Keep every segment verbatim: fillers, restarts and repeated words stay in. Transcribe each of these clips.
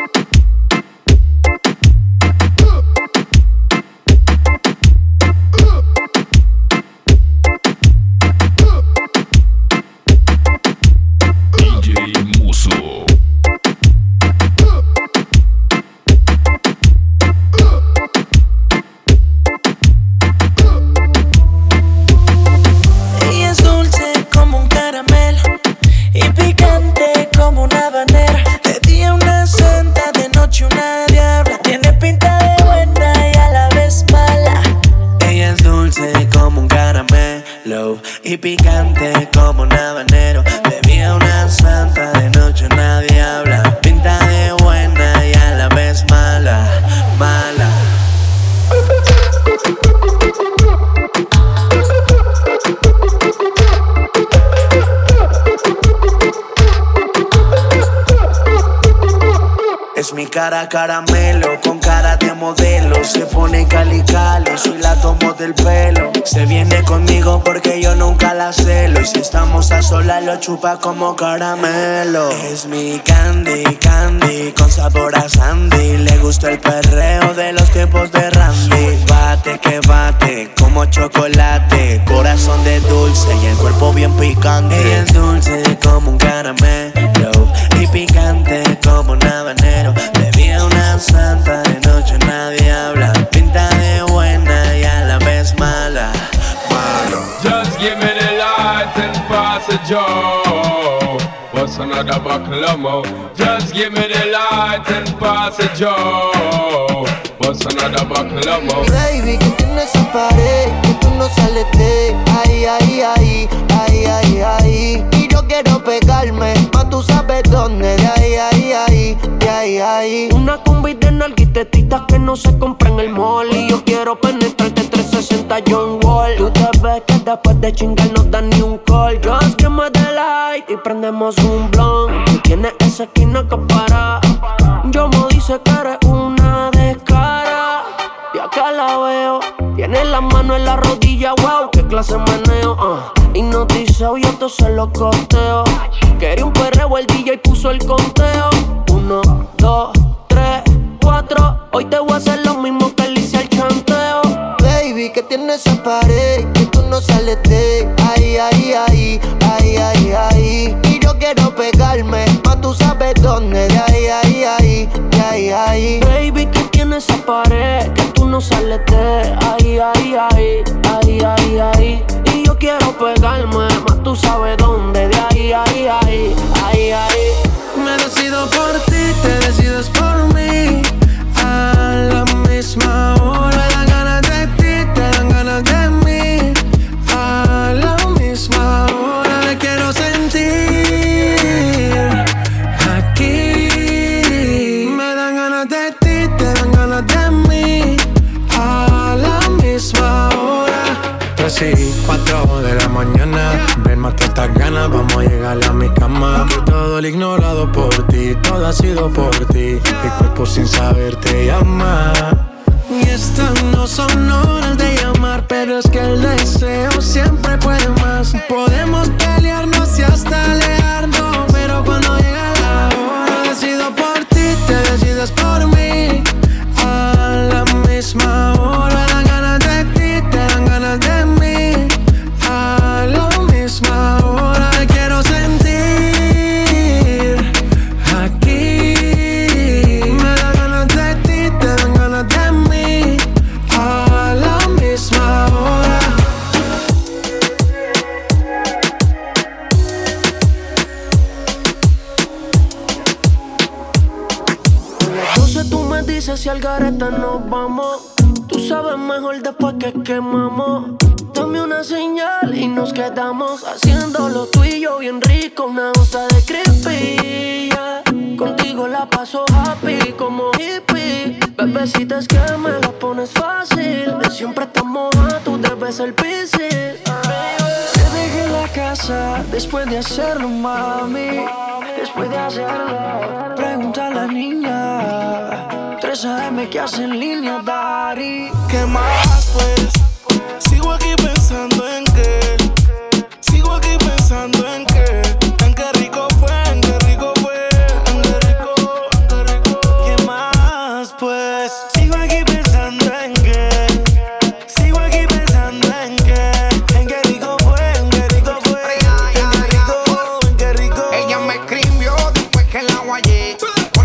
Y picante como un habanero. Bebía una santa, de noche nadie habla. Pinta de buena y a la vez mala, mala. Es mi cara caramelo, con cara de modelo. Se pone calicalo, soy la tomo del pelo. Se viene conmigo porque yo nunca la celo. Y si estamos a solas lo chupa como caramelo. Es mi candy, candy, con sabor a Sandy. Le gusta el perreo de los tiempos de Randy. Bate que bate, como chocolate. Corazón de dulce y el cuerpo bien picante. Ella es dulce como un caramelo y picante como un habanero. Bebía una santa, de noche nadie habla. Pinta de buena y a la vez mala, mala. Just give me the light and pass the Joe. What's another buckle of more? Just give me the light and pass the Joe. What's another buckle of more? Baby, que tiene esa pared, que tú no sales de ahí, ahí, ahí, ahí, ahí, ahí. Y yo quiero pegarme, mas tú sabes dónde, de ahí, ahí, ahí, de ahí, ahí. Una combi de nalguitetitas que no se compra en el mall. Y yo quiero penetrarte trescientos sesenta John Wall. Tú te ves que después de chingar no dan ni un call. Just give me the light y prendemos un blunt. Tú tienes esa esquina que para. Yo me dice que eres una descara. Y acá la veo, tiene la mano en la rodilla, wow, qué clase meneo, uh. Hipnotizado, yo te se lo costeo. Quería un perreo, el D J puso el conteo. Uno, dos, tres, cuatro. Hoy te voy a hacer lo mismo que le hice al chanteo. Baby, que tienes esa pared, que tú no sales de ahí, ahí, ahí, ahí, ahí, ahí. Y yo quiero pegarme, mas tú sabes dónde, de ahí, ahí, ahí, de ahí, ahí. Baby, que tienes esa pared, que tú no sales de ahí, ahí, ahí, ahí, ahí, ahí. Y yo quiero pegarme, mas tú sabes dónde, de ahí, ahí, ahí, ahí, ahí. Me decido por ti, te decides por mí. A la misma hora. Me dan ganas de ti, te dan ganas de mí. A la misma hora me quiero sentir aquí. Me dan ganas de ti, te dan ganas de mí. A la misma hora. Tres y cuatro de la mañana. Ven, mate estas ganas, vamos a llegar a mi cama. Que todo el ignorado por ti, todo ha sido por ti. Mi cuerpo sin saber te llama. Y estas no son horas de llamar, pero es que el deseo siempre puede más. Podemos pelearnos y hasta alejarnos, pero cuando llega la hora, decido por ti, te decides por mí. A la misma hora. Me dan ganas de ti, te dan ganas de mí. A la misma hora me quiero sentir aquí. Me dan ganas de ti, te dan ganas de mí. A la misma hora. A las doce tú me dices si al gareta nos vamos. Tú sabes mejor después que quemamos. Dame una señal y nos quedamos haciéndolo tú y yo bien rico. Una onza de creepy, yeah. Contigo la paso happy como hippie. Bebecita, es que me la pones fácil. De siempre estamos a tú debes el piscis. Te dejé la casa después de hacerlo, mami. Después de hacerlo. Pregunta a la niña. tres A M que hace en línea, Dari. ¿Qué más pues? Sigo aquí pensando en qué. Sigo aquí pensando en qué. En qué rico fue, en qué rico fue. En qué rico, en qué rico.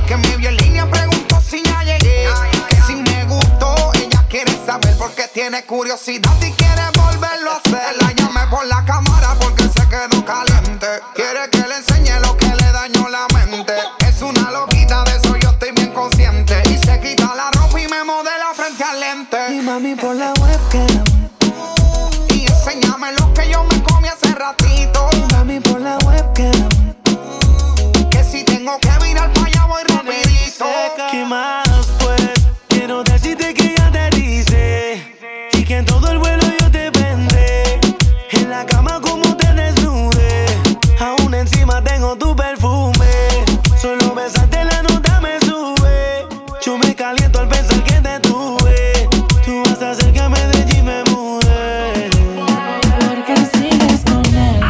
que me vio en línea preguntó si ya llegué. Que si me gustó, ella quiere saber porque tiene curiosidad y quiere volverlo a hacer. La llamé por la cámara porque se quedó caliente. Quiere que le enseñe lo que le dañó la mente. Es una loquita, de eso yo estoy bien consciente. Y se quita la ropa y me modela frente al lente. Y mami por la webcam. Y enséñame lo que yo me comí hace ratito. Y mami por la webcam. Que si tengo que virar pa' allá voy rapidito. ¿Qué más pues? Quiero decirte que ya te dice. Y que en todo el vuelo yo te vendré. En la cama como te desnude. Aún encima tengo tu perfume. Solo besarte la nota me sube. Yo me caliento al pensar que te tuve. Tú vas a hacer que me de allí me mude. ¿Por qué sigues con él?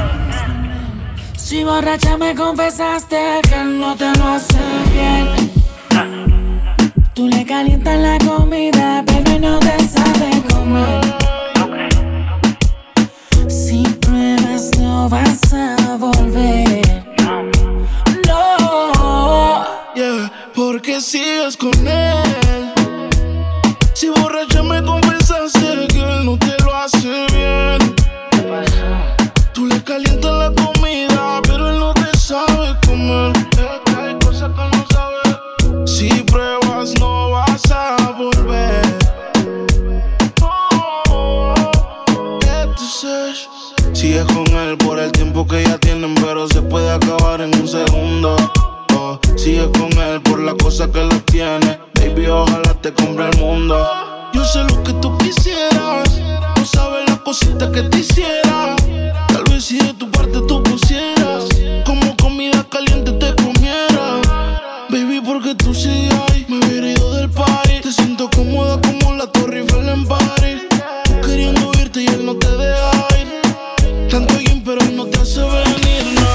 Si borracha me confesaste que él no te lo hace bien. Tú le calientas la comida, pero él no te sabe comer. Si pruebas no vas a volver. No. Yeah, ¿por qué sigues con él? Si borracha me confesaste que él no te lo hace bien. Tú le calientas la comida, pero él no te sabe comer. Hay cosas que no sabe. Si pruebas no vas a volver. Entonces, sigues con él por el tiempo que ya tienen, pero se puede acabar en un segundo. Oh, sigues con él por la cosa que lo tiene. Baby, ojalá te compre el mundo. Yo sé lo que tú quisieras. No sabes las cositas que te hiciera. Tal vez si de tu parte tú pusieras, como comida caliente te comiera. Baby, porque tú sigues ahí. Me hubiera ido del party. Te siento cómoda como la Torre Eiffel en París. Tú queriendo irte y él no te deja ir. Tanto bien, pero él no te hace venir, no.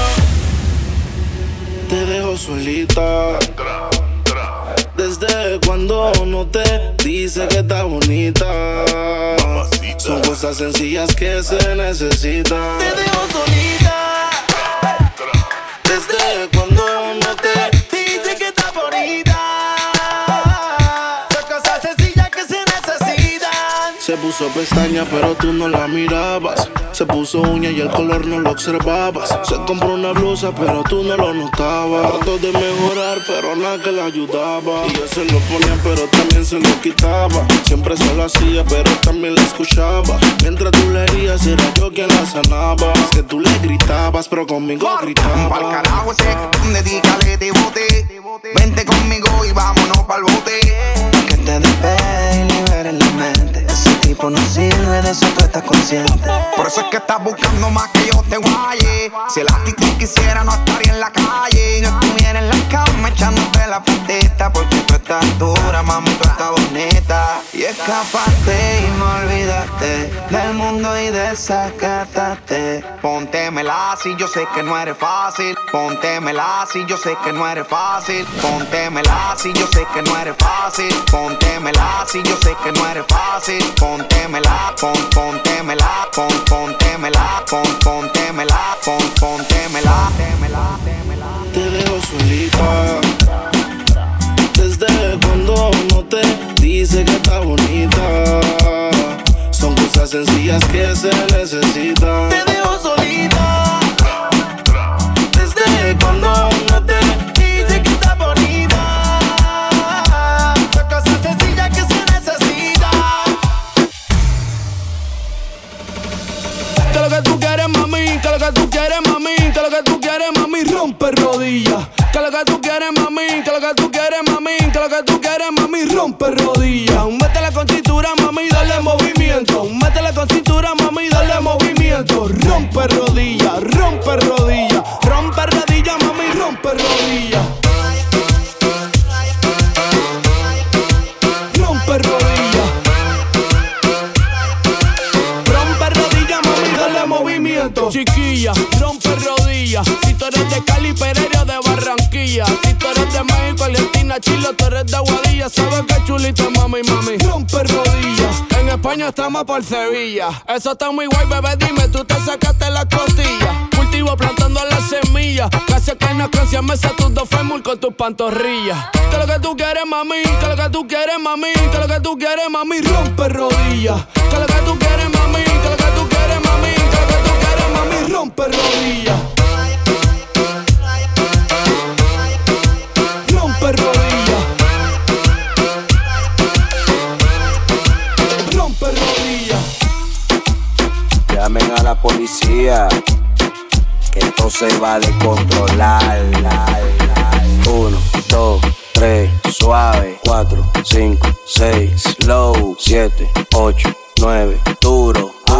Te dejo solita. Desde cuando no te dice que está bonita. Son cosas sencillas que se necesitan. Te dejo solita. Desde cuando no te Dice que está bonita. Son cosas sencillas que se necesitan. se puso pestaña, pero tú no la mirabas. Se puso uña y el color no lo observabas. Se compró una blusa, pero tú no lo notabas. Trató de mejorar, pero nada que la ayudaba. Y yo se lo ponía, pero también se lo quitaba. Siempre se lo hacía, pero también la escuchaba. Mientras tú le herías, era yo quien la sanaba. Es que tú le gritabas, pero conmigo gritaba. Pa'l carajo ese, dedícale, te bote. Vente conmigo y vámonos pa'l bote. Que te despegue y libere la mente. Ese tipo no sirve, de eso tú estás consciente. Por eso es que estás buscando más que yo te guaye. Si el actitud quisiera no estaría en la calle. Yo estuviera en la cama echándote la patita. Porque tú estás dura, mami, tú estás bonita. Y escapaste y me olvidaste del mundo y desacataste. Póntemela si yo sé que no eres fácil. Póntemela si yo sé que no eres fácil. Póntemela si yo sé que no eres fácil. Póntemela si yo sé que no eres fácil. Póntemela, pon, póntemela, pon, póntemela, pon, póntemela, pon, póntemela. Te dejo solita. Desde cuando no te dice que está bonita. Son cosas sencillas que se necesitan. Te dejo solita. Desde cuando no te Dice que está bonita. Son cosas sencillas que se necesitan. Que lo que tú quieres, mami, que lo que tú quieres, mami, que lo que tú quieres, mami, rompe rodillas. Que lo que tú quieres, mami, que lo que tú quieres, mami, que lo que tú quieres, mami, rompe rodillas. Métele con cintura, mami, dale movimiento. Métele con cintura, mami, dale movimiento. Rompe rodillas, rompe rodillas, rompe rodillas, mami, rompe rodillas. Rompe rodillas. Rompe rodillas, mami, dale movimiento. Chiquilla, rompe rodillas. Si tú eres de Cali, Pereira, de Barranquilla. Si tú eres de México, Argentina, Chile, tú eres de Aguadilla. Sabes que chulita, mami, mami. Rompe rodillas. En España, estamos por Sevilla. Eso está muy guay, bebé, dime, tú te sacaste las costillas. Cultivo plantando las semillas. Casi que no canción me sé tus dos fémur con tus pantorrillas. Que lo que tú quieres, mami, que lo que tú quieres, mami, que lo que tú quieres, mami, rompe rodillas. Que lo que tú quieres, mami, que lo que tú quieres, mami, que lo que tú quieres, mami, rompe rodillas. Rompe rodillas. Rompe rodillas. Llamen a la policía, que esto se va a descontrolar. Uno, dos, tres, suave. Cuatro, cinco, seis, slow. Siete, ocho, nueve, duro, duro,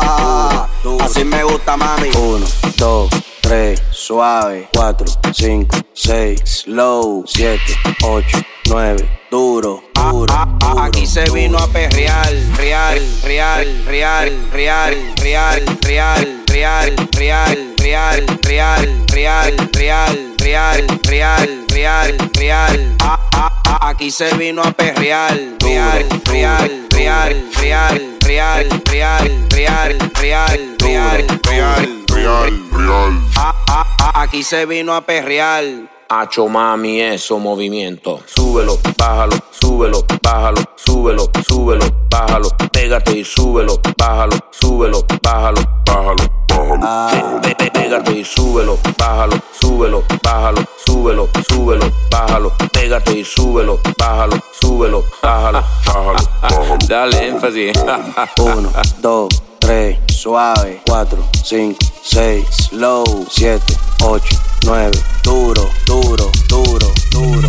ah, duro, duro. Así me gusta, mami. Uno, dos, tres, suave. Cuatro, cinco, seis, slow. Siete, ocho, nueve, duro, duro, ah, ah, duro. Aquí se vino a perrear, real, real, real, real, real, real, real, real, real, real, real, real, real, real, real, real. Ah, ah, ah, aquí se vino a perrear, real, real, real, real, real, real, real, real, real, real, real, real. Ah, ah, ah, aquí se vino a perrear. Hacho, mami, eso movimiento. Súbelo, bájalo, súbelo, bájalo, súbelo, súbelo, bájalo. Pégate y súbelo, bájalo, súbelo, bájalo, bájalo, bájalo. Pe- pe- Pégate y súbelo, bájalo, súbelo, bájalo, súbelo, súbelo, bájalo. Pégate y súbelo, bájalo, súbelo, bájalo, bájalo, bájalo. Dale énfasis. Uno, dos, tres, suave. Cuatro, cinco, seis, slow. Siete, ocho, nueve, duro, duro, duro, duro.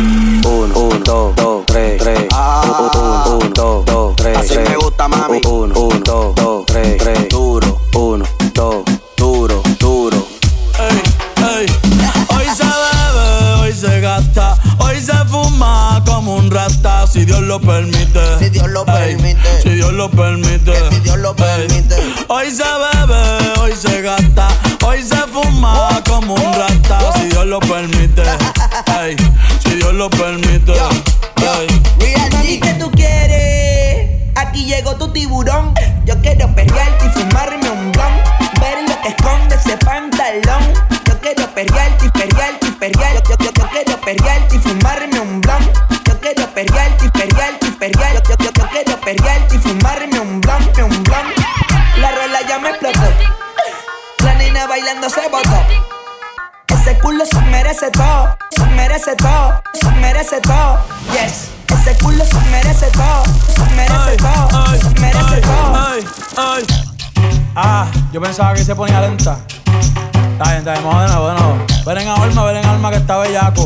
Uno, uno, dos, dos, tres, tres. Ah, uno, uno, dos, dos, tres, así tres. Me gusta, mami. Uno, uno, dos, dos, tres, tres. Duro, uno, dos, duro, duro. Ey, ey. Hoy se bebe, hoy se gasta, hoy se fuma como un rata, si Dios lo permite. Si Dios lo Ey, permite. si Dios lo permite. Que si Dios lo permite. Ey. Hoy se bebe, hoy se gasta, hoy se fuma como un rata, si Dios lo permite. Ey, si Dios lo permite. Yo, yo, Ey. mami, ¿qué tú quieres? Aquí llegó tu tiburón. Yo quiero perrearte y fumarme un blunt. Ver lo que esconde ese pantalón. Yo quiero perrearte y perrearte y perrearte. Yo, yo, yo, yo quiero perrearte y fumarme un blunt. Yo quiero perrearte y perrearte y perrearte. Yo, yo, yo, yo quiero perrearte y fumarme un blunt, un blunt. La rola ya me explotó. La nena bailando se botó. Ese culo se merece todo, se merece todo, se merece todo. Yes, ese culo se merece todo, se merece Ay, todo, ay, se merece ay, todo. ay, ay. Ah, yo pensaba que se ponía lenta. Está bien, está bien, vamos de nuevo, de nuevo. Ven en alma, ven en alma que está bellaco.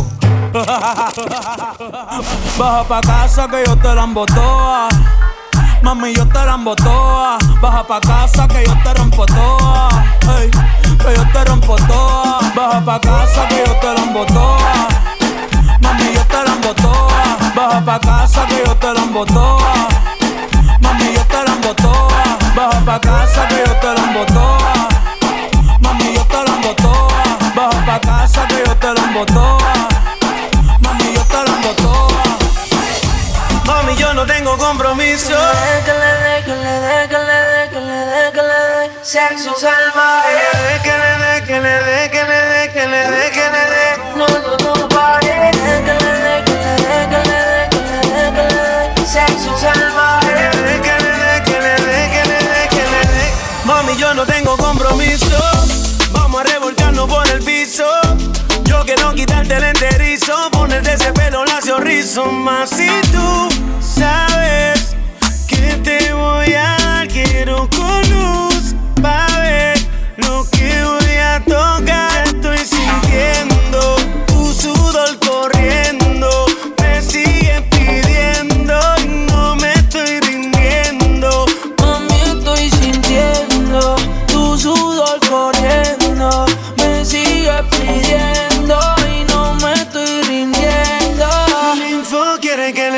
Baja pa' casa que yo te la embotoa. Mami, yo te la embotoa. Baja pa' casa que yo te rompo toa. Ey, que yo te rompo toa. Baja pa' casa que yo te la embotoa. Mami, yo te la embotoa. Baja pa' casa que yo te la embotoa. Mami, yo te la embotoa. Baja pa' casa que yo te la embotoa. Mami, yo te la embotoa. Baja pa' casa que yo te la embotoa. Mami, yo te la embotoa. Mami, yo no tengo compromiso. Que le dé, que le dé, que le dé, que le dé, que le dé sexo salvaje. Que le dé, que le dé, que le dé, que le dé, que le dé. No, no, no pare. Que le dé, que le dé, que le dé, que le dé, que le dé sexo salvaje. Que le dé, que le dé, que le dé, que le dé, que le dé. Mami, yo no tengo compromiso. Vamos a revolcarnos por el piso. Yo quiero quitarte el enterizo, ponerte ese pelo lacio rizo. Más si tú sabes que te voy a dar, quiero con luz pa' ver lo que voy a tocar. Estoy sintiendo tu sudor corriendo, me sigue pidiendo y no me estoy rindiendo. Mami, estoy sintiendo tu sudor corriendo, me sigue pidiendo y no me estoy rindiendo. Mi info quiere que le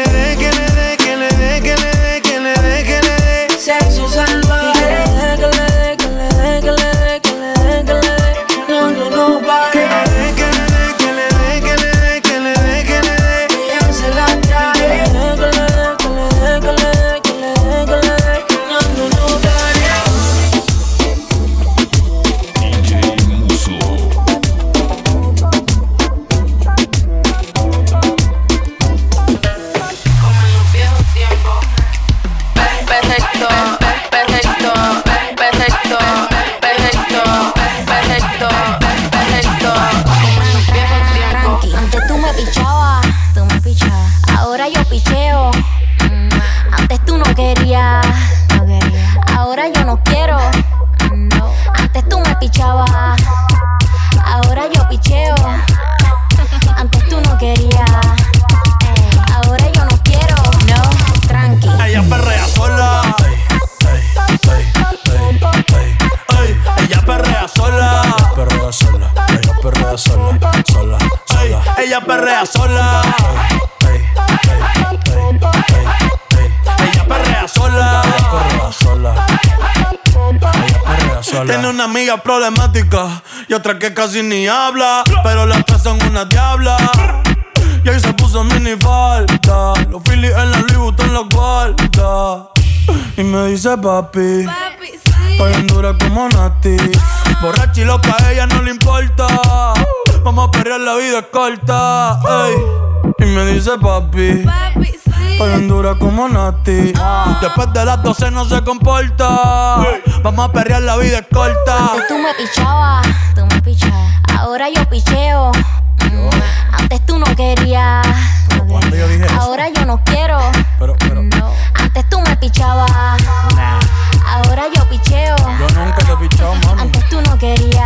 Ahora yo picheo. Antes tú no querías. Ahora yo no quiero. Antes tú me pichabas. Ahora yo picheo. Antes tú no querías. Ahora yo no quiero. No, tranqui. Ella perrea sola. Ella perrea sola. Perrea sola. Ella perrea sola. Sola. Sola. Ella perrea sola. Ella perrea sola. Perrea sola. Ella perrea sola. Tiene una amiga problemática y otra que casi ni habla, pero las tres son una diabla. Y ahí se puso mini falta. Los Phillies en la Louis Vuitton los guarda. Y me dice papi, papi sí. Estoy en dura como Nati. Borracha y loca, a ella no le importa. Vamos a perrear, la vida es corta. Ey. Y me dice papi, papi sí. Estoy en dura como Nati. Ah. Después de las doce no se comporta. Ey. Vamos a perrear, la vida es corta. Antes tú me pichabas, tú me pichabas. Ahora yo picheo. Yo. Antes tú no querías. ¿Cuándo yo dije eso? Ahora yo no quiero. Pero, pero. No. Antes tú me pichabas. Nah. Ahora yo picheo. Yo nunca te he pichado, mami. Antes tú no querías.